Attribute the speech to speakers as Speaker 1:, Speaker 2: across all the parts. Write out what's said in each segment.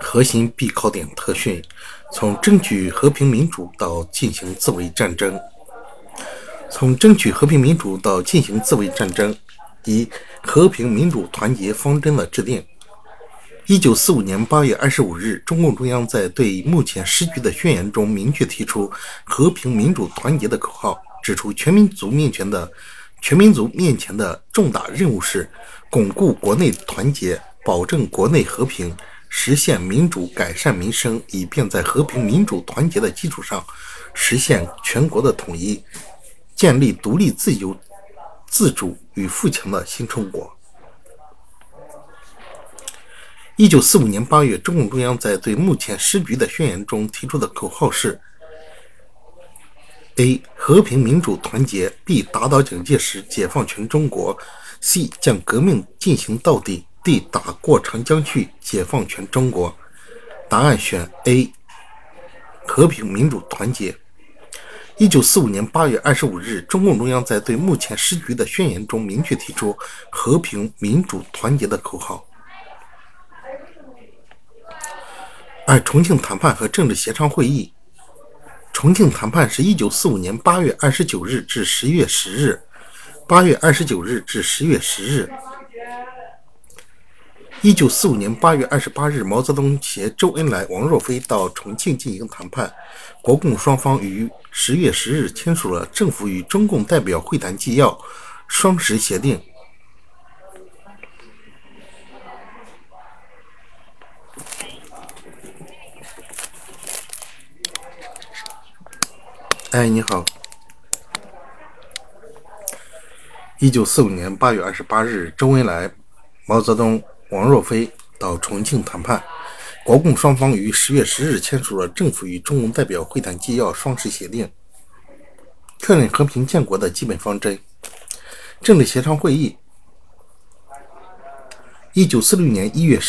Speaker 1: 核心必考点特训：从争取和平民主到进行自卫战争。从争取和平民主到进行自卫战争。一、和平民主团结方针的制定。1945年8月25日，中共中央在对目前时局的宣言中明确提出和平民主团结的口号，指出全民族面前的重大任务是巩固国内团结，保证国内和平，实现民主，改善民生，以便在和平民主团结的基础上实现全国的统一，建立独立自由自主与富强的新中国。1945年8月，中共中央在对目前时局的宣言中提出的口号是 A. 和平民主团结 B. 打倒蒋介石，解放全中国 C. 将革命进行到底 D. 打过长江去，解放全中国。答案选 A. 和平民主团结。1945年8月25日，中共中央在对目前时局的宣言中明确提出和平民主团结的口号。二、重庆谈判和政治协商会议。重庆谈判是1945年8月29日至10月10日，8月29日至10月10日。1945年8月28日，毛泽东携周恩来、王若飞到重庆进行谈判，国共双方于10月10日签署了政府与中共代表会谈纪要、双十协定。你好。1945年8月28日，周恩来、毛泽东、王若飞到重庆谈判，国共双方于10月10日签署了政府与中共代表会谈纪要、双十协定，确认和平建国的基本方针。政治协商会议。1946年1月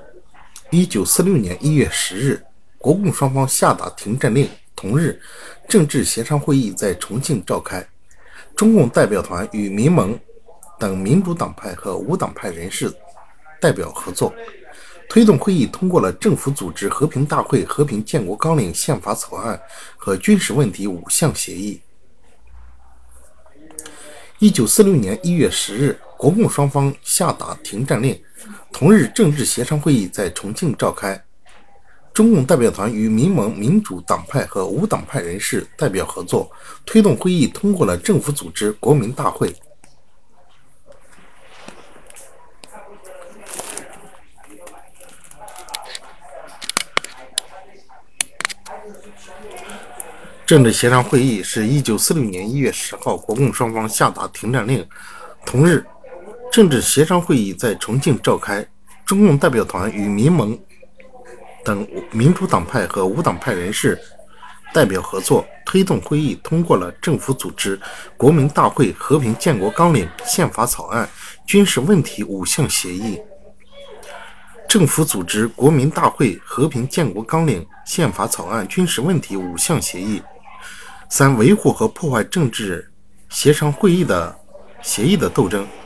Speaker 1: 10日，国共双方下达停战令。同日，政治协商会议在重庆召开，中共代表团与民盟等民主党派和无党派人士代表合作，推动会议通过了政府组织和平大会、和平建国纲领、宪法草案和军事问题5项协议。1946年1月10日，国共双方下达停战令。同日，政治协商会议在重庆召开，中共代表团与民盟民主党派和无党派人士代表合作，推动会议通过了政府组织国民大会。政治协商会议是1946年1月10号，国共双方下达停战令。同日，政治协商会议在重庆召开，中共代表团与民盟等民主党派和无党派人士代表合作，推动会议通过了政府组织国民大会、和平建国纲领、宪法草案、军事问题5项协议。政府组织国民大会、和平建国纲领、宪法草案、军事问题5项协议。3、维护和破坏政治协商会议的协议的斗争。